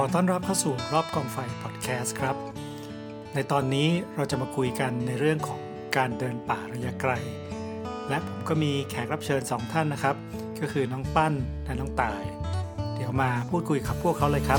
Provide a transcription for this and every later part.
อต้อนรับเข้าสู่รอบกองไฟพอดแคสต์ครับในตอนนี้เราจะมาคุยกันในเรื่องของการเดินป่าระยะไกลและผมก็มีแขกรับเชิญ2ท่านนะครับก็คือน้องปั้นและน้องต่ายเดี๋ยวมาพูดคุยกับพวกเขาเลยครับ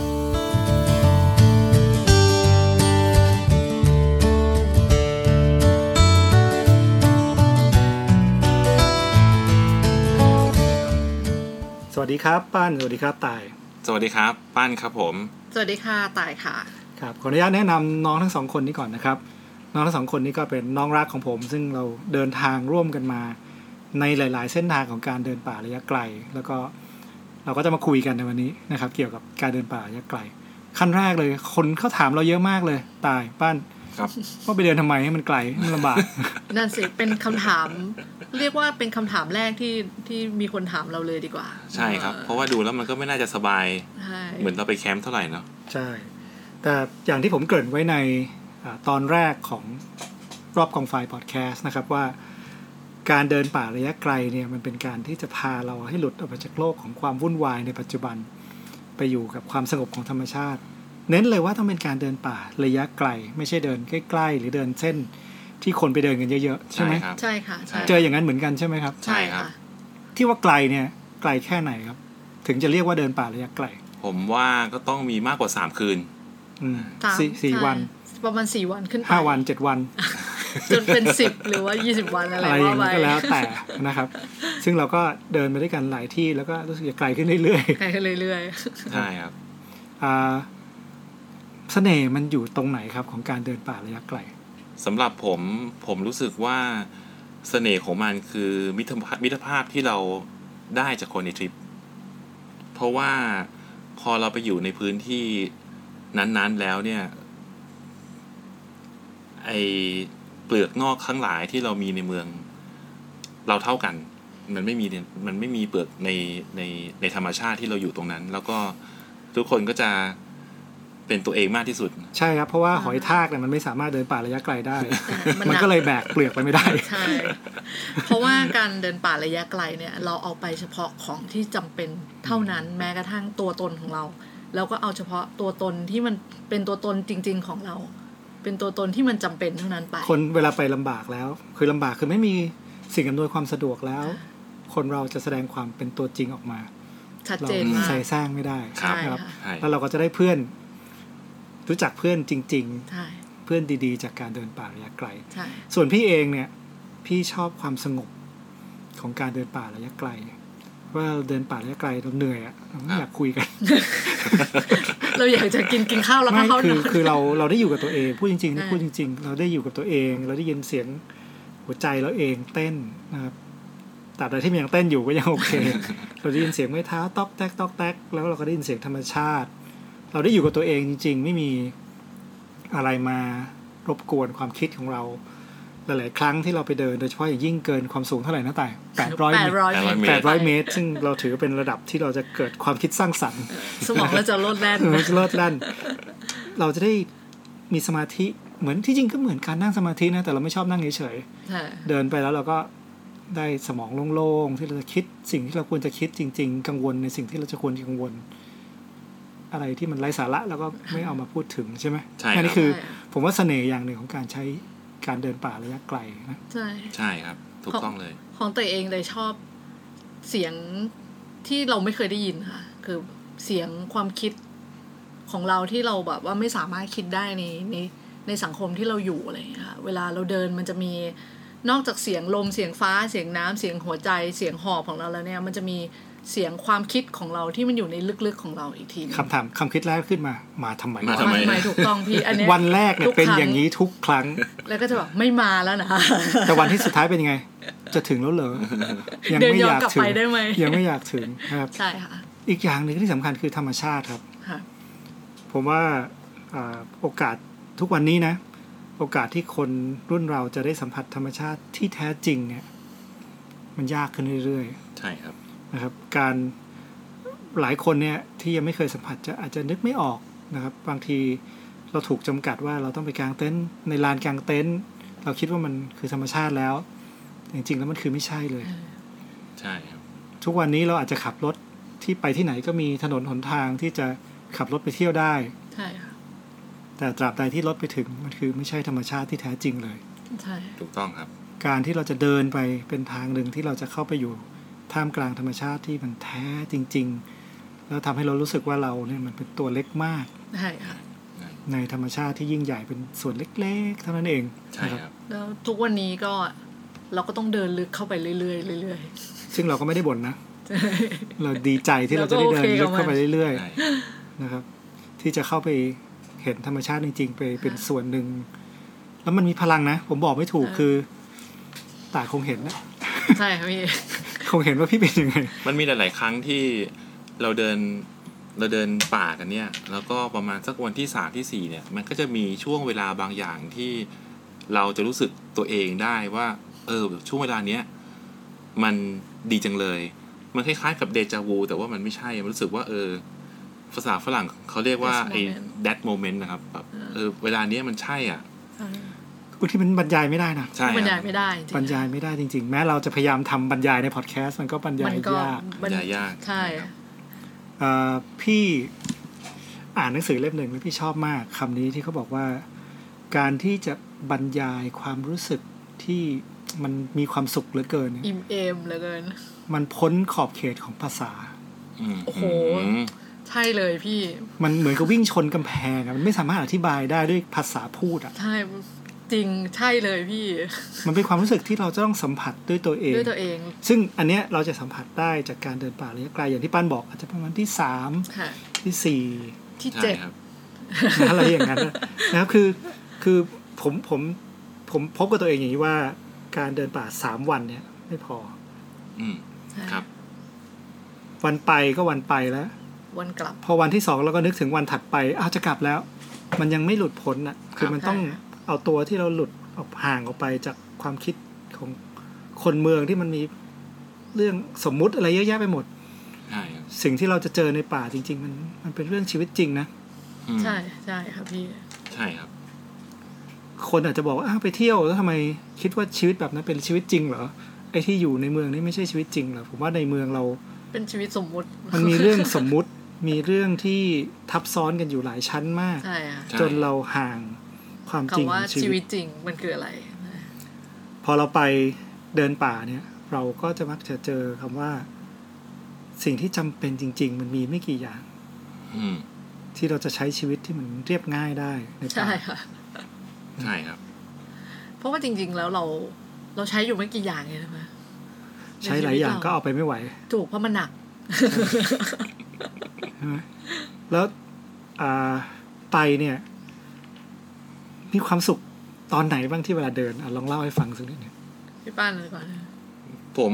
สวัสดีครับปั้นสวัสดีครับต่ายสวัสดีครับปั้นครับผมสวัสดีค่ะต่ายค่ะครับขออนุญาตแนะนำน้องทั้งสองคนนี้ก่อนนะครับน้องทั้งสองคนนี้ก็เป็นน้องรักของผมซึ่งเราเดินทางร่วมกันมาในหลายๆเส้นทางของการเดินป่าระยะไกลแล้วก็เราก็จะมาคุยกันในวันนี้นะครับเกี่ยวกับการเดินป่าระยะไกลขั้นแรกเลยคนเขาถามเราเยอะมากเลยต่ายปั้นครับว่าไปเดินทำไมให้มันไกลมันลำบากนั่นสิเป็นคำถามเรียกว่าเป็นคำถามแรกที่มีคนถามเราเลยดีกว่าใช่ครับเพราะว่าดูแล้วมันก็ไม่น่าจะสบายเหมือนเราไปแคมป์เท่าไหร่เนาะใช่แต่อย่างที่ผมเกริ่นไว้ในตอนแรกของรอบกองไฟพอดแคสต์นะครับว่าการเดินป่าระยะไกลเนี่ยมันเป็นการที่จะพาเราให้หลุดออกไปจากโลกของความวุ่นวายในปัจจุบันไปอยู่กับความสงบของธรรมชาติเน้นเลยว่าต้องเป็นการเดินป่าระยะไกลไม่ใช่เดินใกล้ๆหรือเดินเส้นที่คนไปเดินกันเยอะๆใช่ไหมใช่ค่ะเจออย่างนั้นเหมือนกันใช่ไหมครับใช่ค่ะที่ว่าไกลเนี่ยไกลแค่ไหนครับถึงจะเรียกว่าเดินป่าระยะไกลผมว่าก็ต้องมีมากกว่า3คืน 4 วันประมาณ4วันขึ้นไป 5 วัน7 วันจนเป็น10หรือว่า20วันอะไรว่าไปก็แล้วแต่นะครับซึ่งเราก็เดินไปด้วยกันหลายที่แล้วก็รู้สึกจะไกลขึ้นเรื่อยๆไกลขึ้นเรื่อยๆใช่ครับเสน่ห์มันอยู่ตรงไหนครับของการเดินป่าระยะไกลสำหรับผมรู้สึกว่าเสน่ห์ของมันคือมิตรภาพที่เราได้จากคนในทริปเพราะว่าพอเราไปอยู่ในพื้นที่นั้นๆแล้วเนี่ยไอเปลือกนอกทั้งหลายที่เรามีในเมืองเราเท่ากันมันไม่มีเปลือกในธรรมชาติที่เราอยู่ตรงนั้นแล้วก็ทุกคนก็จะเป็นตัวเองมากที่สุดใช่ครับเพราะว่าหอยทากเนี่ยมันไม่สามารถเดินป่าระยะไกลได้ มันก็เลยแบกเปลือกไปไม่ได้ใช่เพราะว่าการเดินป่าระยะไกลเนี่ยเราเอาไปเฉพาะของที่จำเป็นเท่านั้นแม้กระทั่งตัวตนของเราแล้วก็เอาเฉพาะตัวตนที่มันเป็นตัวตนจริงๆของเราเป็นตัวตนที่มันจำเป็นเท่านั้นไปคนเวลาไปลำบากแล้วคือลำบากคือไม่มีสิ่งอำนวยความสะดวกแล้วคนเราจะแสดงความเป็นตัวจริงออกมาชัดเจนมากใส่สร้างไม่ได้ครับแล้วเราก็จะได้เพื่อนรู้จักเพื่อนจริงๆเพื่อนดีๆจากการเดินป่าระยะไกลส่วนพี่เองเนี่ยพี่ชอบความสงบของการเดินป่าระยะไกลว่าเดินป่าระยะไกลเราเหนื่อยอะเราไม่อยากคุยกันเราอยากจะกินข้าวแล้วก็เข้านอนคือเราได้อยู่กับตัวเองพูดจริงๆพูดจริงๆเราได้อยู่กับตัวเองเราได้ยินเสียงหัวใจเราเองเต้นนะครับตราบใดที่มันยังเต้นอยู่ก็ยังโอเค เราได้ยินเสียงไม้เท้าต๊อกแต๊กต๊อกแต๊กแล้วเราก็ได้ยินเสียงธรรมชาติเราได้อยู่กับตัวเองจริงๆไม่มีอะไรมารบกวนความคิดของเราหลายๆครั้งที่เราไปเดินโดยเฉพาะอย่างยิ่งเกินความสูงเท่าไหร่นะต่าย800 เมตรซึ่งเราถือเป็นระดับที่เราจะเกิดความคิดสร้างสรรค์สมองเราจะโลดแล่นเราจะได้มีสมาธิเหมือนที่จริงก็เหมือนการนั่งสมาธินะแต่เราไม่ชอบนั่งเฉยๆเดินไปแล้วเราก็ได้สมองโล่งๆที่เราจะคิดสิ่งที่เราควรจะคิดจริงๆกังวลในสิ่งที่เราจะควรกังวลอะไรที่มันไร้สาระแล้วก็ไม่เอามาพูดถึงใช่ไหมอันนี้คือผมว่าเสน่ห์อย่างหนึ่งของการใช้การเดินป่าระยะไกลนะใช่ครับถูกต้องเลยของตัวเองเลยชอบเสียงที่เราไม่เคยได้ยินค่ะคือเสียงความคิดของเราที่เราแบบว่าไม่สามารถคิดได้ในสังคมที่เราอยู่อะไรอย่างเงี้ยค่ะเวลาเราเดินมันจะมีนอกจากเสียงลมเสียงฟ้าเสียงน้ำเสียงหัวใจเสียงหอบของเราแล้วเนี่ยมันจะมีเสียงความคิดของเราที่มันอยู่ในลึกๆของเราอีกทีคำคิดแรกขึ้นมาทำไมถูกต้องพี่อันนี้วันแรกเนี่ยเป็นอย่างนี้ทุกครั้งแล้วก็จะแบบไม่มาแล้วนะแต่วันที่สุดท้ายเป็นยังไงจะถึงแล้วเหรอยังไม่อยากถึงยังไม่อยากถึงครับใช่ค่ะอีกอย่างนึงที่สำคัญคือธรรมชาติครับผมว่าโอกาสทุกวันนี้นะโอกาสที่คนรุ่นเราจะได้สัมผัสธรรมชาติที่แท้จริงเนี่ยมันยากขึ้นเรื่อยๆใช่ครับนะครับการหลายคนเนี่ยที่ยังไม่เคยสัมผัสอาจจะนึกไม่ออกนะครับบางทีเราถูกจำกัดว่าเราต้องไปกางเต็นท์ในลานกางเต็นท์เราคิดว่ามันคือธรรมชาติแล้วจริงๆแล้วมันคือไม่ใช่เลยใช่ครับทุกวันนี้เราอาจจะขับรถที่ไปที่ไหนก็มีถนนหนทางที่จะขับรถไปเที่ยวได้ใช่ค่ะแต่ตราบใดที่รถไปถึงมันคือไม่ใช่ธรรมชาติที่แท้จริงเลยใช่ถูกต้องครับการที่เราจะเดินไปเป็นทางหนึ่งที่เราจะเข้าไปอยู่ท่ามกลางธรรมชาติที่มันแท้จริงๆแล้วทำให้เรารู้สึกว่าเราเนี่ยมันเป็นตัวเล็กมากใช่ค่ะในธรรมชาติที่ยิ่งใหญ่เป็นส่วนเล็กๆเท่านั้นเองใช่ครับแล้วทุกวันนี้ก็เราก็ต้องเดินลึกเข้าไปเรื่อยๆเรื่อยๆซึ่งเราก็ไม่ได้บ่นนะเราดีใจที่เราจะได้เดินลึกเข้าไปเรื่อยๆนะครับที่จะเข้าไปเห็นธรรมชาติจริงๆไปเป็นส่วนหนึ่งแล้วมันมีพลังนะผมบอกไม่ถูกคือตาคงเห็นนะใช่ครับพี่คงเห็นว่าพี่เป็นยังไงมันมีหลายๆครั้งที่เราเดินป่ากันเนี่ยแล้วก็ประมาณสักวันที่3ที่4เนี่ยมันก็จะมีช่วงเวลาบางอย่างที่เราจะรู้สึกตัวเองได้ว่าช่วงเวลาเนี้ยมันดีจังเลยมันคล้ายๆกับเดจาวูแต่ว่ามันไม่ใช่มันรู้สึกว่าภาษาฝรั่งเขาเรียกว่าไอ้ that moment นะครับแบบเวลาเนี้ยมันใช่อ่ะที่มันบรรยายไม่ได้นะบรรยายไม่ได้บรรยายไม่ได้จริงๆแม้เราจะพยายามทำบรรยายในพอดแคสต์มันก็บรรยายยากบรรยายยากใช่พี่อ่านหนังสือเล่มหนึ่งแล้วพี่ชอบมากคำนี้ที่เขาบอกว่าการที่จะบรรยายความรู้สึกที่มันมีความสุขเหลือเกินอิ่มเอมเหลือเกินมันพ้นขอบเขตของภาษาโอ้โหใช่เลยพี่มันเหมือนกับวิ่งชนกำแพงอะมันไม่สามารถอธิบายได้ด้วยภาษาพูดอะใช่จริงใช่เลยพี่มันเป็นความรู้สึกที่เราจะต้องสัมผัสด้วยตัวเองซึ่งอันเนี้ยเราจะสัมผัสได้จากการเดินป่าระยะไกลอย่างที่ป้านบอกอาจจะประมาณที่3ที่4 ที่7 อะไรอย่างนั้นนะครับคือผมพบกับตัวเองอย่างนี้ว่าการเดินป่า3วันเนี่ยไม่พอครับวันไปก็วันไปแล้ววันกลับพอวันที่2เราก็นึกถึงวันถัดไปจะกลับแล้วมันยังไม่หลุดพ้นอ่ะคือมันต้องเอาตัวที่เราหลุดออกห่างออกไปจากความคิดของคนเมืองที่มันมีเรื่องสมมุติอะไรเยอะแยะไปหมดสิ่งที่เราจะเจอในป่าจริงๆมันเป็นเรื่องชีวิตจริงนะใช่ใช่ครับพี่ใช่ครับคนอาจจะบอกว่าไปเที่ยวแล้วทำไมคิดว่าชีวิตแบบนั้นเป็นชีวิตจริงเหรอไอ้ที่อยู่ในเมืองนี่ไม่ใช่ชีวิตจริงเหรอผมว่าในเมืองเราเป็นชีวิตสมมุติมันมีเรื่องสมมุติมีเรื่องที่ทับซ้อนกันอยู่หลายชั้นมากจนเราห่างความจริงว่าชีวิตจริงมันคืออะไรพอเราไปเดินป่าเนี่ยเราก็จะมักจะเจอคำว่าสิ่งที่จำเป็นจริงๆมันมีไม่กี่อย่างที่เราจะใช้ชีวิตที่มันเรียบง่ายได้ในป่าใช่ค่ะใช่ครับเพราะว่าจริงๆแล้วเราใช้อยู่ไม่กี่อย่างเลยนะคะใช้หลายอย่างก็เอาไปไม่ไหวถูกเพราะมันหนักแล้วไปเนี่ยมีความสุขตอนไหนบ้างที่เวลาเดินลองเล่าให้ฟังสักนิดนึงพี่ป้านเลยก่อนผม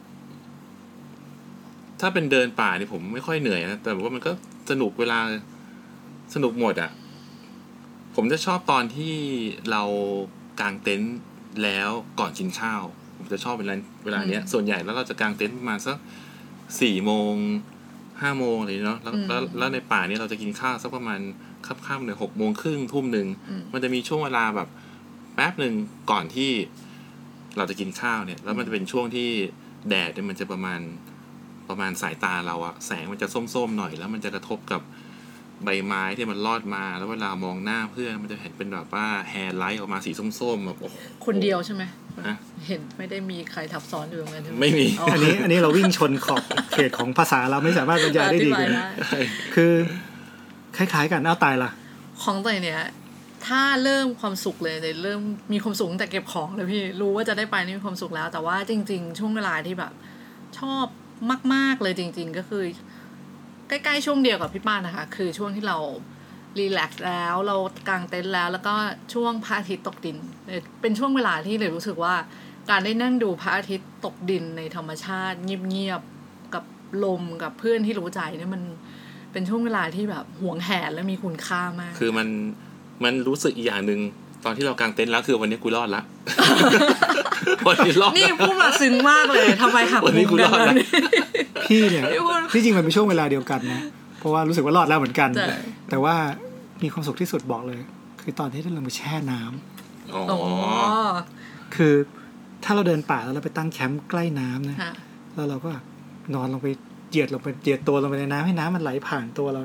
ถ้าเป็นเดินป่านี่ผมไม่ค่อยเหนื่อยนะแต่ว่ามันก็สนุกเวลาสนุกหมดอ่ะผมจะชอบตอนที่เรากางเต็นท์แล้วก่อนกินข้าวผมจะชอบเวลาเนี้ยส่วนใหญ่แล้วเราจะกางเต็นท์ประมาณสัก4 โมง5 โมงอะไรเนาะแล้วในป่านี้เราจะกินข้าวสักประมาณค่ำๆเลย6 โมงครึ่งทุ่มนึงมันจะมีช่วงเวลาแบบแป๊บนึงก่อนที่เราจะกินข้าวเนี่ยแล้วมันจะเป็นช่วงที่แดดมันจะประมาณสายตาเราอะแสงมันจะส้มๆหน่อยแล้วมันจะกระทบกับใบไม้ที่มันลอดมาแล้วเวลามองหน้าเพื่อนมันจะเห็นเป็นแบบว่าแฮร์ไลท์ออกมาสีส้มๆแบบคนเดียวใช่ไหมเห็นไม่ได้มีใครทับซ้อนอยู่ตรงนั้นไม่มีอันนี้เราวิ่งชนขอบเขตของภาษาเราไม่สามารถบรรยายได้ดีกว่าคือคล้ายๆกันเอาตายละของตัวเนี่ยถ้าเริ่มความสุขเลยเริ่มมีความสุขแต่เก็บของเลยพี่รู้ว่าจะได้ไปนี่มีความสุขแล้วแต่ว่าจริงๆช่วงเวลาที่แบบชอบมากๆเลยจริงๆก็คือใกล้ๆช่วงเดียวกับพี่ป้านนะคะคือช่วงที่เรารีแลกซ์แล้วเรากางเต็นท์แล้วก็ช่วงพระอาทิตย์ตกดินเป็นช่วงเวลาที่เลยรู้สึกว่าการได้นั่งดูพระอาทิตย์ตกดินในธรรมชาติเงียบๆกับลมกับเพื่อนที่รู้ใจเนี่ยมันเป็นช่วงเวลาที่แบบหวงแหนและมีคุณค่ามากคือมันรู้สึกอีกอย่างนึงตอนที่เรากางเต็นท์แล้วคือวันนี้กูรอดละ วันนี้รอดนี่พูดมาซึ้งมากเลยทำไมหักมุมกันเลยพี่เนี่ยที่จริงมันเป็นช่วงเวลาเดียวกันนะเพราะว่ารู้สึกว่ารอดแล้วเหมือนกันแต่ว่ามีความสุขที่สุดบอกเลยคือตอนที่เราไปแช่น้ำคือถ้าเราเดินป่าแล้วเราไปตั้งแคมป์ใกล้น้ำนะแล้วเราก็นอนลงไปเหยียดตัวลงไปในน้ำให้น้ำมันไหลผ่านตัวเรานะ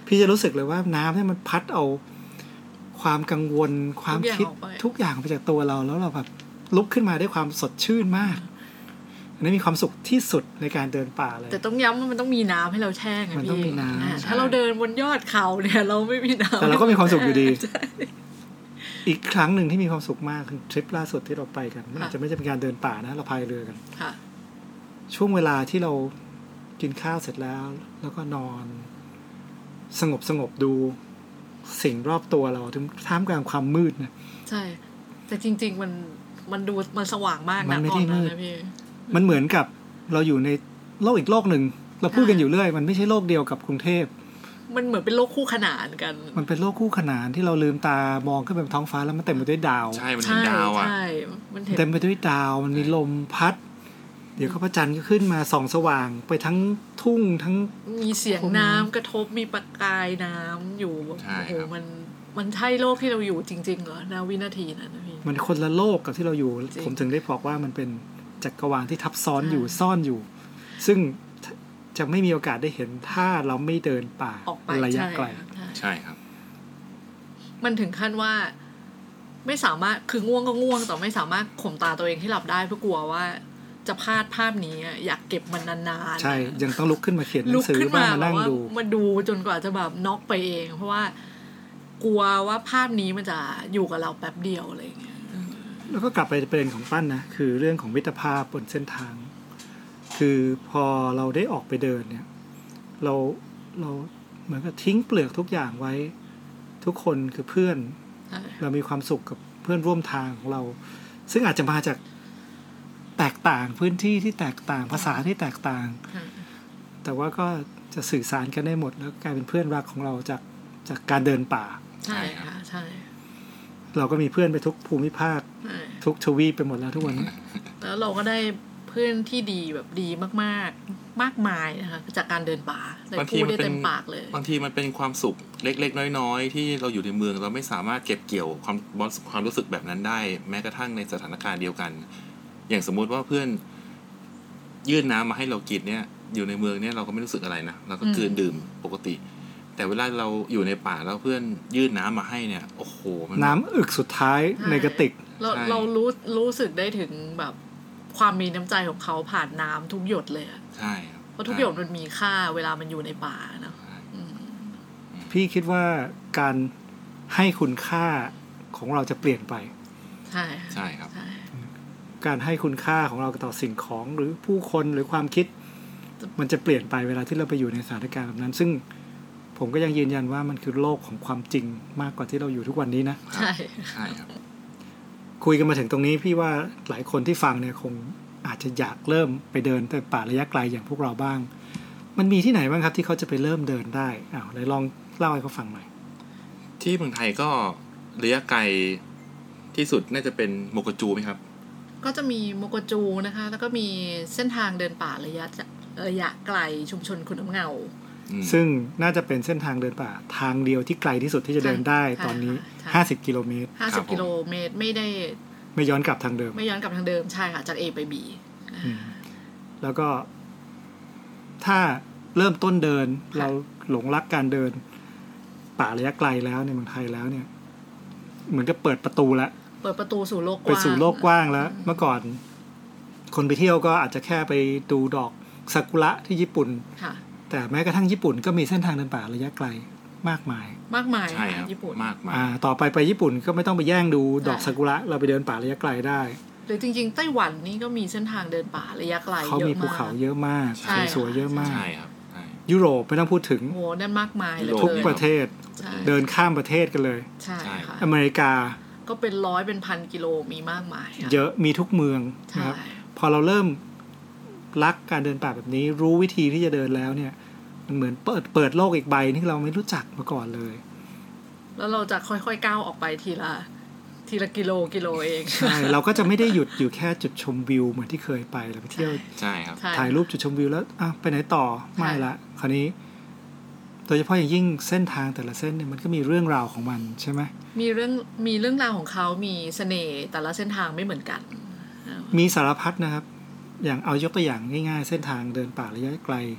พี่จะรู้สึกเลยว่าน้ำเนี่ยมันพัดเอาความกังวลความคิดทุกอย่างไปจากตัวเราแล้วเราแบบลุกขึ้นมาด้วยความสดชื่นมากอันนี้มีความสุขที่สุดในการเดินป่าเลยแต่ต้องย้ำว่ามันต้องมีน้ำให้เราแช่ไงพี่มันต้องมีน้ำถ้าเราเดินบนยอดเขาเนี่ยเราไม่มีน้ำแต่เราก็มีความสุขอยู่ดีอีกครั้งหนึ่งที่มีความสุขมากคือทริปล่าสุดที่เราไปกันมันอาจจะไม่ใช่เป็นการเดินป่านะเราพายเรือกันช่วงเวลาที่เรากินข้าวเสร็จแล้วแล้วก็นอนสงบดูสิ่งรอบตัวเราถึงท่ามกลางความมืดนะใช่แต่จริงๆมันดูมันสว่างมากนะตอนนั้นนะพี่มันเหมือนกับเราอยู่ในโลกอีกโลกหนึ่งเราพูดกันอยู่เรื่อยมันไม่ใช่โลกเดียวกับกรุงเทพมันเหมือนเป็นโลกคู่ขนานกันมันเป็นโลกคู่ขนานที่เราลืมตามองขึ้นไปบนท้องฟ้าแล้วมันเต็มไปด้วยดาวใช่มันเห็นดาวอ่ะเต็มไปด้วยดาวมันมีลมพัดเดี๋ยวพระจันทร์ก็ขึ้นมาส่องสว่างไปทั้งทุ่งทั้งมีเสียงน้ำกระทบมีประกายน้ำอยู่โอ้โหมันใช่โลกที่เราอยู่จริงๆเหรอณวินาทีนั้นนะพี่มันคนละโลกกับที่เราอยู่ผมถึงได้บอกว่ามันเป็นจักรวาลที่ทับซ้อนอยู่ซ่อนอยู่ซึ่งจะไม่มีโอกาสได้เห็นถ้าเราไม่เดินป่าระยะไกลใช่ครับมันถึงขั้นว่าไม่สามารถคือง่วงก็ง่วงแต่ไม่สามารถข่มตาตัวเองให้หลับได้เพราะกลัวว่าจะพลาดภาพนี้อยากเก็บมันนานๆใช่ยังต้องลุกขึ้นมาเขียนหนังสือบ้างมานั่งดูมาดูจนกว่าจะแบบน็อกไปเองเพราะว่ากลัวว่าภาพนี้มันจะอยู่กับเราแป๊บเดียวอะไรอย่างเงี้ยแล้วก็กลับไปประเด็นของปั้นนะคือเรื่องของมิตรภาพบนเส้นทางคือพอเราได้ออกไปเดินเนี่ยเราเหมือนกับทิ้งเปลือกทุกอย่างไว้ทุกคนคือเพื่อนเรามีความสุขกับเพื่อนร่วมทางของเราซึ่งอาจจะมาจากแตกต่างพื้นที่ที่แตกต่างภาษาที่แตกต่างแต่ว่าก็จะสื่อสารกันได้หมดแล้วกลายเป็นเพื่อนรักของเราจากการเดินป่าใช่ค่ะใช่เราก็มีเพื่อนไปทุกภูมิภาคทุกทวีปไปหมดแล้วทุกวันนี้แล้วเราก็ได้เพื่อนที่ดีแบบดีมากๆมากมายนะคะจากการเดินป่าได้พูดได้เต็มปากเลยบางทีมันเป็นความสุขเล็กๆน้อยๆที่เราอยู่ในเมืองเราไม่สามารถเก็บเกี่ยวความรู้สึกแบบนั้นได้แม้กระทั่งในสถานการณ์เดียวกันอย่างสมมุติว่าเพื่อนยื่นน้ำมาให้เรากินเนี่ยอยู่ในเมืองเนี่ยเราก็ไม่รู้สึกอะไรนะเราก็กลืนดื่มปกติแต่เวลาเราอยู่ในป่าแล้วเพื่อนยื่นน้ำมาให้เนี่ยโอ้โหน้ำอึกสุดท้ายในกระติกเรารู้สึกได้ถึงแบบความมีน้ำใจของเขาผ่านน้ำทุกหยดเลยใช่เพราะทุกหยดมันมีค่าเวลามันอยู่ในป่าเนาะพี่คิดว่าการให้คุณค่าของเราจะเปลี่ยนไปใช่ใช่ครับการให้คุณค่าของเราต่อสิ่งของหรือผู้คนหรือความคิดมันจะเปลี่ยนไปเวลาที่เราไปอยู่ในสถานการณ์แบบนั้นซึ่งผมก็ยังยืนยันว่ามันคือโลกของความจริงมากกว่าที่เราอยู่ทุกวันนี้นะใช่ใช่ครับคุยกันมาถึงตรงนี้พี่ว่าหลายคนที่ฟังเนี่ยคงอาจจะอยากเริ่มไปเดินแต่ป่าระยะไกลอย่างพวกเราบ้างมันมีที่ไหนบ้างครับที่เขาจะไปเริ่มเดินได้ไหนลองเล่าให้เขาฟังหน่อยที่เมืองไทยก็ระยะไกลที่สุดน่าจะเป็นโมโกจูไหมครับก็จะมีโมโกจูนะคะแล้วก็มีเส้นทางเดินป่าระยะไกลชุมชนขุนน้ำเงาซึ่งน่าจะเป็นเส้นทางเดินป่าทางเดียวที่ไกลที่สุดที่จะเดินได้ตอนนี้50กิโลเมตร 50กิโลเมตรไม่ย้อนกลับทางเดิมไม่ย้อนกลับทางเดิมใช่ค่ะจาก A ไป B แล้วก็ถ้าเริ่มต้นเดินเราหลงรักการเดินป่าระยะไกลแล้วในเมืองไทยแล้วเนี่ยเหมือนกับเปิดประตูสู่โลกกว้างไปสู่โลกกว้างแล้วเมื่อก่อนคนไปเที่ยวก็อาจจะแค่ไปดูดอกซากุระที่ญี่ปุ่นแต่แม้กระทั่งญี่ปุ่นก็มีเส้นทางเดินป่าระยะไกลมากมายใช่ครับญี่ปุ่นมากมายต่อไปญี่ปุ่นก็ไม่ต้องไปแย่งดูดอกซากุระเราไปเดินป่าระยะไกลได้หรือจริงๆไต้หวันนี่ก็มีเส้นทางเดินป่าระยะไกลเยอะมากเขามีภูเขาเยอะมากสวยๆเยอะมากใช่ครับยุโรปไม่ต้องพูดถึงโอ้นั่นมากมายเลยทุกประเทศเดินข้ามประเทศกันเลยใช่ค่ะอเมริกาก็เป็นร้อยเป็นพันกิโลมีมากมายเยอะมีทุกเมืองนะครับพอเราเริ่มรักการเดินป่าแบบนี้รู้วิธีที่จะเดินแล้วเนี่ยมันเหมือนเปิดโลกอีกใบที่เราไม่รู้จักมาก่อนเลยแล้วเราจะค่อยๆก้าวออกไปทีละกิโลเองใช่เราก็จะไม่ได้หยุดอยู่แค่จุดชมวิวเหมือนที่เคยไปเราไปเที่ยวใช่ครับถ่ายรูปจุดชมวิวแล้วไปไหนต่อไม่ละคราวนี้โดยเฉพาะอย่างยิ่งเส้นทางแต่ละเส้นเนี่ยมันก็มีเรื่องราวของมันใช่ไหมมีเรื่องราวของเขามีเสน่ห์แต่ละเส้นทางไม่เหมือนกันมีสารพัดนะครับอย่างเอายกตัวอย่างง่ายๆเส้นทางเดินป่าระยะไกล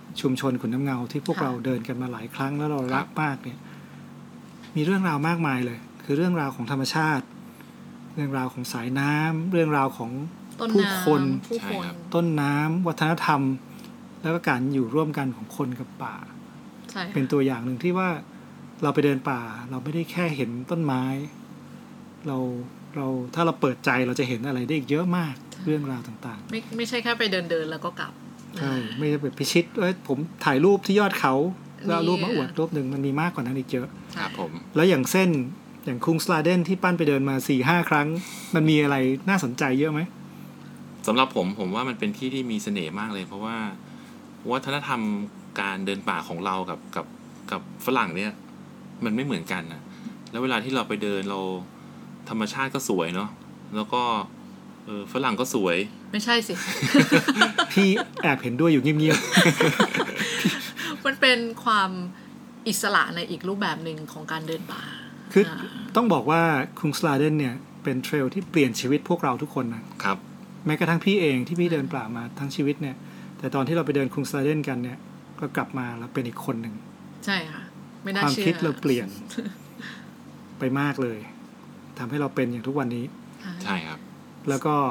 ชุมชนขุนน้ำเงาที่พวกเราเดินกันมาหลายครั้งแล้วเรารักมากเนี่ยมีเรื่องราวมากมายเลยคือเรื่องราวของธรรมชาติเรื่องราวของสายน้ำเรื่องราวของผู้คนต้นน้ำวัฒนธรรมแล้วก็การอยู่ร่วมกันของคนกับป่าเป็นตัวอย่างหนึ่งที่ว่าเราไปเดินป่าเราไม่ได้แค่เห็นต้นไม้เราถ้าเราเปิดใจเราจะเห็นอะไรได้อีกเยอะมากเรื่องราวต่างๆไม่ใช่แค่ไปเดินแล้วก็กลับใช่ไม่ใช่แบบพิชิตผมถ่ายรูปที่ยอดเขาแล้วเอารูปมาอวดรูปหนึ่งมันมีมากกว่านั้นอีกเยอะครับผมแล้วอย่างเส้นอย่างคุงสลาเดนที่ปั้นไปเดินมา 4-5 ครั้งมันมีอะไรน่าสนใจเยอะไหมสำหรับผมว่ามันเป็นที่ที่มีเสน่ห์มากเลยเพราะว่าวัฒนธรรมการเดินป่าของเรากับฝรั่งเนี่ยมันไม่เหมือนกันนะแล้วเวลาที่เราไปเดินเราธรรมชาติก็สวยเนาะแล้วก็ฝรั่งก็สวยไม่ใช่สิพี่แอบเห็นด้วยอยู่เงียบๆมันเป็นความอิสระในอีกรูปแบบหนึ่งของการเดินป่าคือต้องบอกว่าคุงสลาเดนเนี่ยเป็นเทรลที่เปลี่ยนชีวิตพวกเราทุกคนนะครับแม้กระทั่งพี่เองที่พี่เดินป่ามาทั้งชีวิตเนี่ยแต่ตอนที่เราไปเดินคุงสลาเดนกันเนี่ยก็กลับมาแล้วเป็นอีกคนหนึ่งใช่ค่ะไม่น่าเชื่อความคิดเราเปลี่ยน ไปมากเลยทำให้เราเป็นอย่างทุกวันนี้ใช่ครับแล้วก็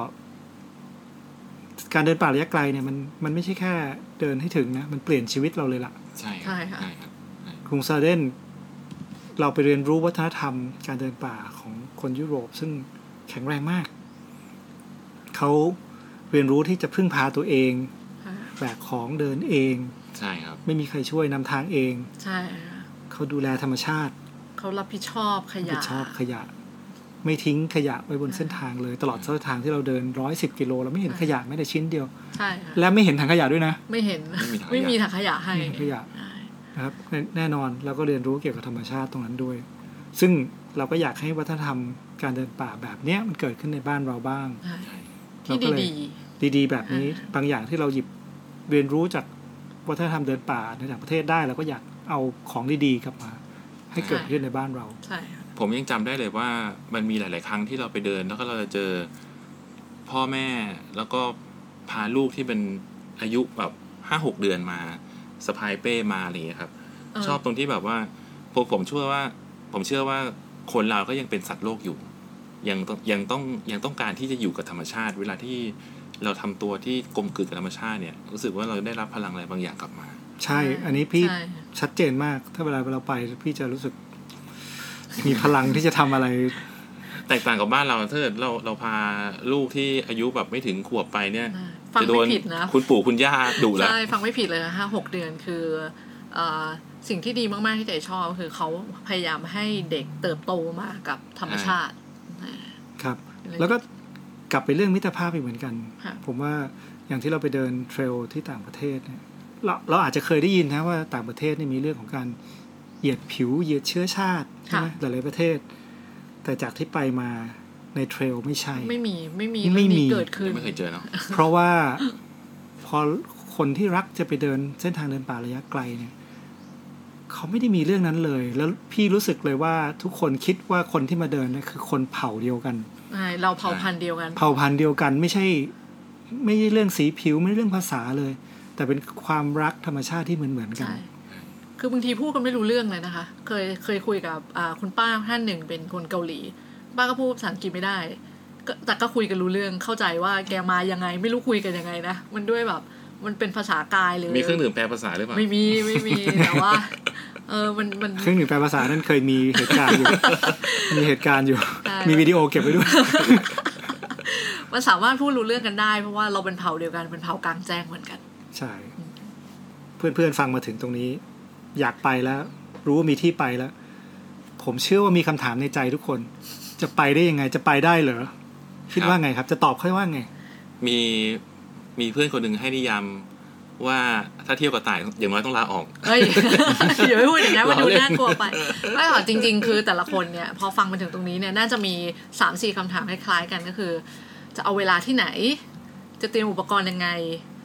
การเดินป่าระยะไกลเนี่ยมันไม่ใช่แค่เดินให้ถึงนะมันเปลี่ยนชีวิตเราเลยล่ะใช่ครับคุงสลาเดนเราไปเรียนรู้วัฒนธรรมการเดินป่าของคนยุโรปซึ่งแข็งแรงมากเขาเรียนรู้ที่จะพึ่งพาตัวเองแบกของเดินเองใช่ครับไม่มีใครช่วยนำทางเองใช่เขาดูแลธรรมชาติเขารับผิดชอบขยะไม่ทิ้งขยะไว้บนเส้นทางเลยตลอดเส้นทางที่เราเดิน110 กิโลเราไม่เห็นขยะแม้แต่ชิ้นเดียวใช่และไม่เห็นถังขยะด้วยนะไม่เห็นไม่มีถังขยะให้ขยะนะครับแน่นอนเราก็เรียนรู้เกี่ยวกับธรรมชาติตรงนั้นด้วยซึ่งเราก็อยากให้วัฒนธรรมการเดินป่าแบบนี้มันเกิดขึ้นในบ้านเราบ้างที่ดีๆแบบนี้บางอย่างที่เราหยิบเรียนรู้จากวัฒนธรรมเดินป่าในต่างประเทศได้เราก็อยากเอาของดีๆกลับมาให้เกิดขึ้นในบ้านเราใช่ผมยังจำได้เลยว่ามันมีหลายๆครั้งที่เราไปเดินแล้วก็เราจะเจอพ่อแม่แล้วก็พาลูกที่เป็นอายุแบบ 5-6 เดือนมาสะพายเป้มาอะไรอย่างเงี้ยครับชอบตรงที่แบบว่าผมเชื่อว่าคนเราก็ยังเป็นสัตว์โลกอยู่ยังต้องการที่จะอยู่กับธรรมชาติเวลาที่เราทำตัวที่กลมกลืนกับธรรมชาติเนี่ยรู้สึกว่าเราได้รับพลังอะไรบางอย่างกลับมาใช่อันนี้พี่ชัดเจนมากถ้าเวลาเราไปพี่จะรู้สึกมีพลังที่จะทำอะไรแตกต่างกับบ้านเราถ้าเกิดเราพาลูกที่อายุแบบไม่ถึงขวบไปเนี่ยจะโดนคุณปู่คุณย่าดุแล้วใช่ฟังไม่ผิดเลยนะ5-6 เดือนคือสิ่งที่ดีมากๆที่เจ๊ชอบคือเขาพยายามให้เด็กเติบโตมากับธรรมชาติครับแล้วก็กลับไปเรื่องมิตรภาพอีกเหมือนกันผมว่าอย่างที่เราไปเดินเทรลที่ต่างประเทศเนี่ยเราอาจจะเคยได้ยินนะว่าต่างประเทศนี่มีเรื่องของการเหยียดผิวเหยียดเชื้อชาติใช่ไหมหลายประเทศแต่จากที่ไปมาในเทรลไม่ใช่ไม่มีเกิดขึ้นไม่เคยเจอเนาะเพราะว่าพอคนที่รักจะไปเดินเส้นทางเดินป่าระยะไกลเนี่ยเขาไม่ได้มีเรื่องนั้นเลยแล้วพี่รู้สึกเลยว่าทุกคนคิดว่าคนที่มาเดินเนี่ยคือคนเผ่าเดียวกันเราเผ่าพันธุ์เดียวกันเผ่าพันธุ์เดียวกันไม่ใช่เรื่องสีผิวไม่ใช่เรื่องภาษาเลยแต่เป็นความรักธรรมชาติที่เหมือนกันคือบางทีพูดกันไม่รู้เรื่องเลยนะคะเคยคุยกับคุณป้าท่านหนึ่งเป็นคนเกาหลีป้าก็พูดภาษาอังกฤษไม่ได้แต่ก็คุยกันรู้เรื่องเข้าใจว่าแกมายังไงไม่รู้คุยกันยังไงนะมันด้วยแบบมันเป็นภาษากายเลยมีเครื่องดื่มแปลภาษาหรือเปล่าไม่มีแต่ว่ามันเครื่องดื่มแปลภาษานั้นเคยมีเหตุการณ์อยู่มีเหตุการณ์อยู่มีวิดีโอเก็บไว้ด้วยมันสามารถพูดรู้เรื่องกันได้เพราะว่าเราเป็นเผ่าเดียวกันเป็นเผ่ากลางแจ้งเหมือนกันใช่เพื่อนๆฟังมาถึงตรงนี้อยากไปแล้วรู้ว่ามีที่ไปแล้วผมเชื่อว่ามีคำถามในใจทุกคนจะไปได้ยังไงจะไปได้เหรอคิดว่าไงครับจะตอบค่อยว่าไงมีเพื่อนคนหนึ่งให้นิยามว่าถ้าเที่ยวกับต่ายอย่างน้อยต้องลาออกเฮ้ยอย่าไปพูดอย่างนั้นมันดูน่ากลัวไปไม่หรอกจริงๆคือแต่ละคนเนี่ยพอฟังมาถึงตรงนี้เนี่ยน่าจะมี 3-4 คำถามคล้ายๆกันก็คือจะเอาเวลาที่ไหนจะเตรียมอุปกรณ์ยังไง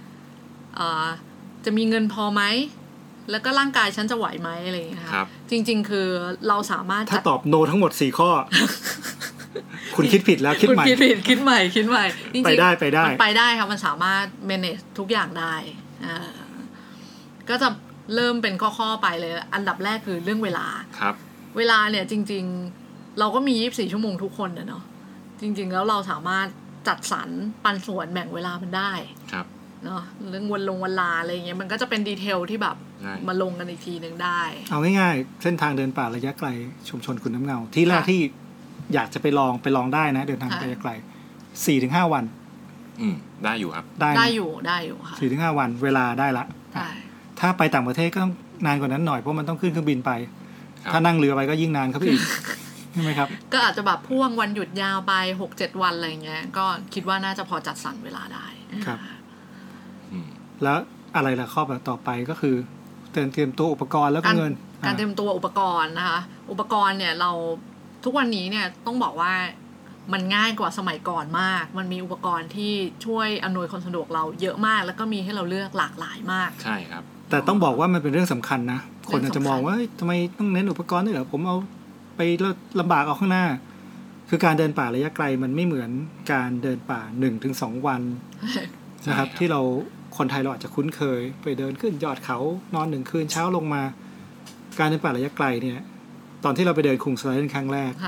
จะมีเงินพอไหมแล้วก็ร่างกายฉันจะไหวไหมอะไรอย่างเงี้ยค่ะจริงๆคือเราสามารถถ้าตอบโนทั้งหมด4ข้อคุณคิดผิดแล้วคิดใหม่คิดใหม่จริงๆไปได้มันไปได้ครับมันสามารถ manage ทุกอย่างได้ก็จะเริ่มเป็นข้อๆไปเลยอันดับแรกคือเรื่องเวลาครับเวลาเนี่ยจริงๆเราก็มี24ชั่วโมงทุกคนเนาะจริงๆแล้วเราสามารถจัดสรรปันส่วนแบ่งเวลามันได้ครับเนาะเรื่องวันลาอะไรเงี้ยมันก็จะเป็นดีเทลที่แบบมาลงกันอีกทีนึงได้เอาง่ายๆเส้นทางเดินป่าระยะไกลชุมชนขุนน้ำเงาที่แรกที่อยากจะไปลองได้นะเดินทางระยะไกล 4-5 วันได้อยู่ครับได้อยู่ค่ะ 4-5 วันเวลาได้ละถ้าไปต่างประเทศก็ต้องนานกว่านั้นหน่อยเพราะมันต้องขึ้นเครื่องบินไปถ้านั่งเรือไปก็ยิ่งนานครับพี่ใช่ไหมครับก็อาจจะแบบพ่วงวันหยุดยาวไป 6-7 วันอะไรเงี้ยก็คิดว่าน่าจะพอจัดสรรเวลาได้ครับแล้วอะไรล่ะข้อแบบต่อไปก็คือเตรียมตัวอุปกรณ์แล้วก็เงินการเตรียมตัวอุปกรณ์นะคะอุปกรณ์เนี่ยเราทุกวันนี้เนี่ยต้องบอกว่ามันง่ายกว่าสมัยก่อนมากมันมีอุปกรณ์ที่ช่วยอำนวยความสะดวกเราเยอะมากแล้วก็มีให้เราเลือกหลากหลายมากใช่ครับแต่ต้องบอกว่ามันเป็นเรื่องสำคัญนะคนอาจจะมองว่าทำไมต้องเน้นอุปกรณ์ด้วยเหรอผมเอาไปลำบากเอาข้างหน้าคือการเดินป่าระยะไกลมันไม่เหมือนการเดินป่า 1-2 วันนะครับที่เราคนไทยเราอาจจะคุ้นเคยไปเดินขึ้นยอดเขานอน1 คืนเช้าลงมาการเดินป่าระยะไกลเนี่ยตอนที่เราไปเดินคุงสไลด์ครั้งแรก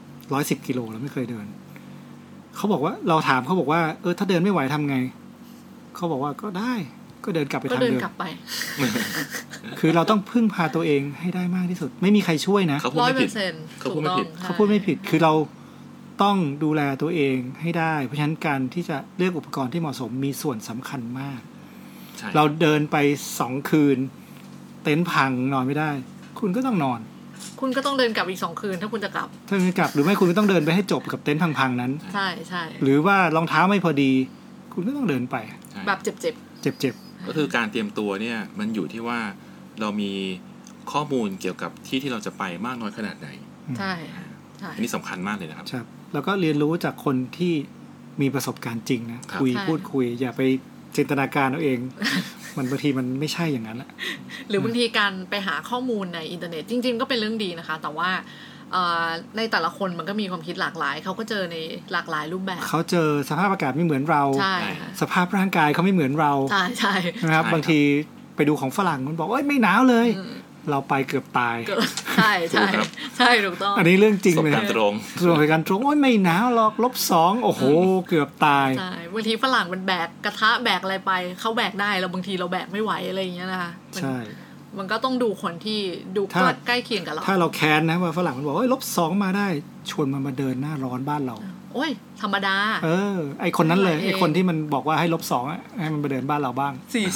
110 กิโลเราไม่เคยเดินเขาบอกว่าเราถามเขาบอกว่าถ้าเดินไม่ไหวทำไงเขาบอกว่าก็ได้ก็เดินกลับไปทางเดิมคือเราต้องพึ่งพาตัวเองให้ได้มากที่สุดไม่มีใครช่วยนะเขาพูดไม่ผิดเขาพูดไม่ผิดคือเราต้องดูแลตัวเองให้ได้เพราะฉะนั้นการที่จะเลือกอุปกรณ์ที่เหมาะสมมีส่วนสำคัญมากเราเดินไป2 คืนเต็นท์พังนอนไม่ได้คุณก็ต้องนอนคุณก็ต้องเดินกลับอีก2 คืนถ้าคุณจะกลับหรือไม่คุณก็ต้องเดินไปให้จบกับเต็นท์พังๆนั้นใช่หรือว่ารองเท้าไม่พอดีคุณก็ต้องเดินไปแบบเจ็บก็คือการเตรียมตัวเนี่ยมันอยู่ที่ว่าเรามีข้อมูลเกี่ยวกับที่เราจะไปมากน้อยขนาดไหนใช่อันนี้สำคัญมากเลยนะครับครับแล้วก็เรียนรู้จากคนที่มีประสบการณ์จริงนะพูดคุยอย่าไปจินตนาการเอาเอง มันบางทีมันไม่ใช่อย่างนั้นแหละหรือบางทีการไปหาข้อมูลในอินเทอร์เน็ตจริงๆก็เป็นเรื่องดีนะคะแต่ว่าในแต่ละคนมันก็มีความคิดหลากหลายเขาก็เจอในหลากหลายรูปแบบเขาเจอสภาพอากาศไม่เหมือนเราสภาพร่างกายเขาไม่เหมือนเราใช่นะครับบางทีไปดูของฝรั่งมันบอกไม่หนาวเลยเราไปเกือบตายใช่ถูกต้องอันนี้เรื่องจริงเลยประสบการณ์ตรงไม่หนาวหรอก-2โอ้โหเกือบตายใช่บางทีฝรั่งมันแบกกระทะแบกอะไรไปเขาแบกได้แล้วบางทีเราแบกไม่ไหวอะไรอย่างเงี้ยนะคะใช่มันก็ต้องดูคนที่ดูใกล้เคียงกับเราถ้าเราแค้นนะว่าฝรั่งมันบอก-2มาได้ชวนมันมาเดินหน้าร้อนบ้านเราโอ้ยธรรมดาไอคนนั้นเลยไอคนที่มันบอกว่าให้-2ให้มันมาเดินบ้านเราบ้าง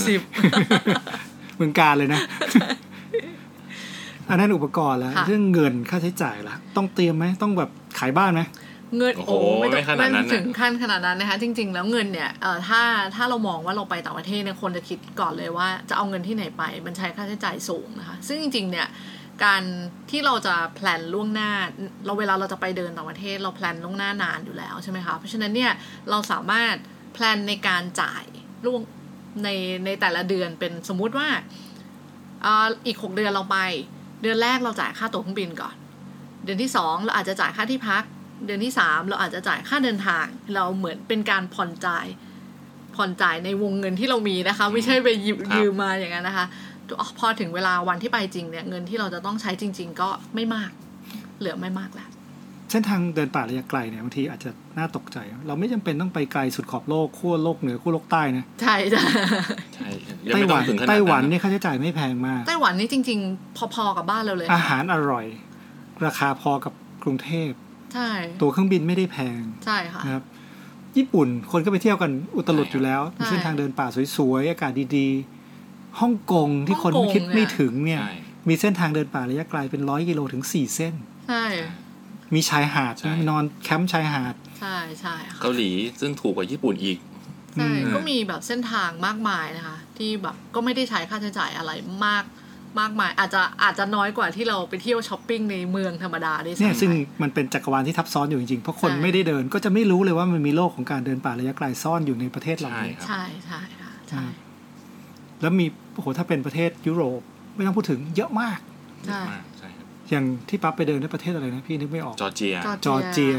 40เมืองการเลยนะอันนั้นอุปกรณ์แล้วเรื่องเงินค่าใช้จ่ายล่ะต้องเตรียมไหมต้องแบบขายบ้านไหมเงินไม่ถึงขั้นขนาดนั้นนะคะจริงๆแล้วเงินเนี่ยถ้าเรามองว่าเราไปต่างประเทศเนี่ยคนจะคิดก่อนเลยว่าจะเอาเงินที่ไหนไปมันใช้ค่าใช้จ่ายสูงนะคะซึ่งจริงๆเนี่ยการที่เราจะแพลนล่วงหน้าเวลาเราจะไปเดินต่างประเทศเราแพลนล่วงหน้านานอยู่แล้วใช่ไหมคะเพราะฉะนั้นเนี่ยเราสามารถแพลนในการจ่ายล่วงในแต่ละเดือนเป็นสมมุติว่าอีก6 เดือนเราไปเดือนแรกเราจ่ายค่าตั๋วเครื่องบินก่อนเดือนที่2เราอาจจะจ่ายค่าที่พักเดือนที่3เราอาจจะจ่ายค่าเดินทางเราเหมือนเป็นการผ่อนจ่ายในวงเงินที่เรามีนะคะไม่ใช่ไปยืมมาอย่างนั้นนะคะพอถึงเวลาวันที่ไปจริงเนี่ยเงินที่เราจะต้องใช้จริงๆก็ไม่มากเหลือไม่มากแล้วเส้นทางเดินป่าระยะไกลเนี่ยบางทีอาจจะน่าตกใจเราไม่จำเป็นต้องไปไกลสุดขอบโลกขั้วโลกเหนือขั้วโลกใต้นะใช่ไต้หวันนี่ค่าใช้จ่ายไม่แพงมากไต้หวันนี่จริงๆพอๆกับบ้านเราเลยอาหารอร่อยราคาพอกับกรุงเทพใช่ตั๋วเครื่องบินไม่ได้แพงใช่ค่ะนะครับญี่ปุ่นคนก็ไปเที่ยวกันอุตลุดอยู่แล้วมีเส้นทางเดินป่าสวยๆอากาศดีๆฮ่องกงที่คนไม่คิดไม่ถึงเนี่ยมีเส้นทางเดินป่าระยะไกลเป็น100 กิโลถึง4 เส้นใช่มีชายหาดนอนแคมป์ชายหาดใช่ใช่เกาหลีซึ่งถูกกว่าญี่ปุ่นอีกใช่ก็มีแบบเส้นทางมากมายนะคะที่แบบก็ไม่ได้ใช้ค่าใช้จ่ายอะไรมากมายอาจจะน้อยกว่าที่เราไปเที่ยวช้อปปิ้งในเมืองธรรมดาได้เนี่ยซึ่งมันเป็นจักรวาลที่ทับซ้อนอยู่จริงๆเพราะคนไม่ได้เดินก็จะไม่รู้เลยว่ามันมีโลกของการเดินป่าระยะไกลซ่อนอยู่ในประเทศเราใช่ใช่ใช่แล้วมีถ้าเป็นประเทศยุโรปไม่ต้องพูดถึงเยอะมากใช่อย่างที่ปั๊บไปเดินในประเทศอะไรนะพี่นึกไม่ออกจอร์เจีย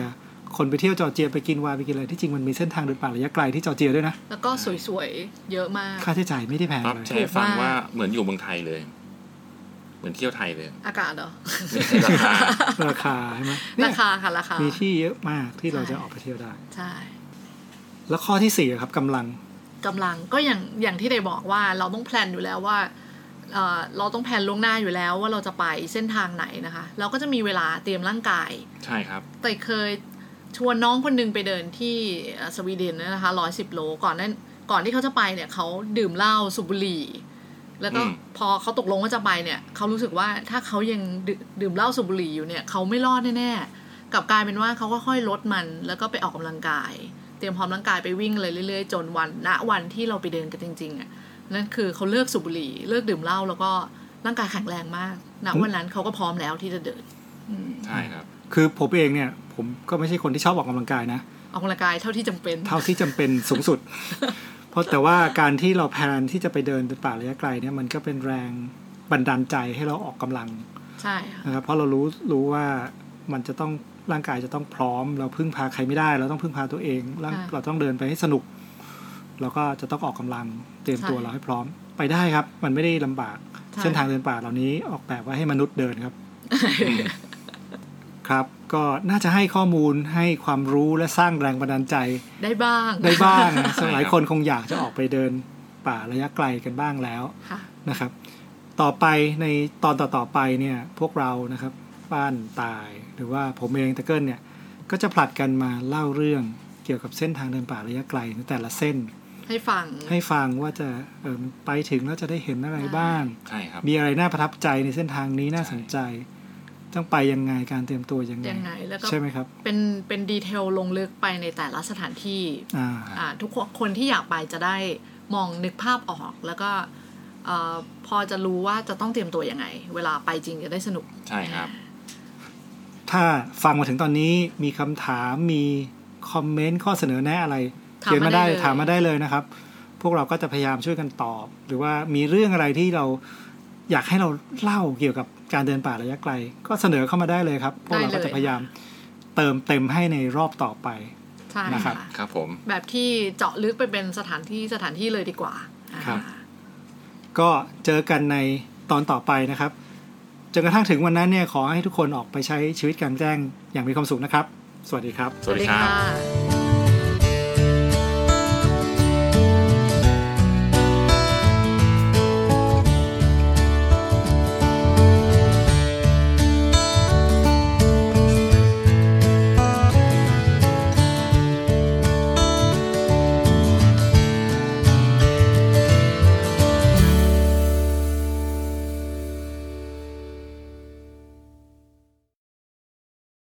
คนไปเที่ยวจอร์เจียไปกินไวน์ไปกินอะไรที่จริงมันมีเส้นทางเดินป่าระยะไกลที่จอร์เจียด้วยนะแล้วก็สวยๆเยอะมากค่าใช้จ่ายไม่ได้แพงเลยใช่ฟังว่าเหมือนอยู่เมืองไทยเลยเหมือนเที่ยวไทยเลยอากาศเหรอราคาใช่ไหมราคาค่ะราคามีที่เยอะมากที่เราจะออกไปเที่ยวได้ใช่แล้วข้อที่4ครับกำลังก็อย่างที่ได้บอกว่าเราต้องแพลนอยู่แล้วว่าเราต้องแพลนล่วงหน้าอยู่แล้วว่าเราจะไปเส้นทางไหนนะคะเราก็จะมีเวลาเตรียมร่างกายใช่ครับแต่เคยชวนน้องคนนึงไปเดินที่สวีเดนนะคะ110 โลก่อนที่เขาจะไปเนี่ยเขาดื่มเหล้าสูบบุหรี่แล้วก็พอเขาตกลงว่าจะไปเนี่ยเขารู้สึกว่าถ้าเขายังดื่มเหล้าสูบบุหรี่อยู่เนี่ยเขาไม่รอดแน่ๆกลับกลายเป็นว่าเขาก็ค่อยลดมันแล้วก็ไปออกกำลังกายเตรียมพร้อมร่างกายไปวิ่งเลยเรื่อยๆจนวันที่เราไปเดินกันจริงๆอ่ะนั่นคือเขาเลิกสูบบุหรี่เลิกดื่มเหล้าแล้วก็ร่างกายแข็งแรงมากณวันนั้นเขาก็พร้อมแล้วที่จะเดินใช่ครับคือผมเองเนี่ยผมก็ไม่ใช่คนที่ชอบออกกำลังกายนะออกกำลังกายเท่าที่จำเป็นสูงสุด เพราะแต่ว่าการที่เราแพลนที่จะไปเดินป่าระยะไกลเนี่ยมันก็เป็นแรงบันดาลใจให้เราออกกำลังใช่นะครับเพราะเรารู้ว่ามันจะต้องร่างกายจะต้องพร้อมเราพึ่งพาใครไม่ได้เราต้องพึ่งพาตัวเองเราต้องเดินไปให้สนุกเราก็จะต้องออกกำลังเตรียมตัวเราให้พร้อมไปได้ครับมันไม่ได้ลำบากเส้นทางเดินป่าเหล่านี้ออกแบบไว้ให้มนุษย์เดินครับ ครับก็น่าจะให้ข้อมูลให้ความรู้และสร้างแรงบันดาลใจได้บ้างนะหลายคนคงอยากจะออกไปเดินป่าระยะไกลกันบ้างแล้วนะครับต่อไปในตอนต่อไปเนี่ยพวกเรานะครับป้านตายหรือว่าผมเองตะเกิลเนี่ยก็จะผลัดกันมาเล่าเรื่องเกี่ยวกับเส้นทางเดินป่าระยะไกลในแต่ละเส้นให้ฟังว่าจะไปถึงแล้วจะได้เห็นอะไรบ้างใช่ครับมีอะไรน่าประทับใจในเส้นทางนี้น่าสนใจต้องไปยังไงการเตรียมตัวยังไงแล้วก็ใช่ไหมครับเป็นดีเทลลงลึกไปในแต่ละสถานที่ทุกคนที่อยากไปจะได้มองนึกภาพออกแล้วก็พอจะรู้ว่าจะต้องเตรียมตัวยังไงเวลาไปจริงจะได้สนุกใช่ครับถ้าฟังมาถึงตอนนี้มีคำถามมีคอมเมนต์ข้อเสนอแนะอะไรเขียนมาได้ถามมาได้เลยนะครับพวกเราก็จะพยายามช่วยกันตอบหรือว่ามีเรื่องอะไรที่เราอยากให้เราเล่าเกี่ยวกับการเดินป่าระยะไกลก็เสนอเข้ามาได้เลยครับพวกเราก็จะพยายามเติมเต็มให้ในรอบต่อไปนะครับครับผมแบบที่เจาะลึกไปเป็นสถานที่เลยดีกว่าครับก็เจอกันในตอนต่อไปนะครับจนกระทั่งถึงวันนั้นเนี่ยขอให้ทุกคนออกไปใช้ชีวิตกลางแจ้งอย่างมีความสุขนะครับสวัสดีครับสวัสดีครับ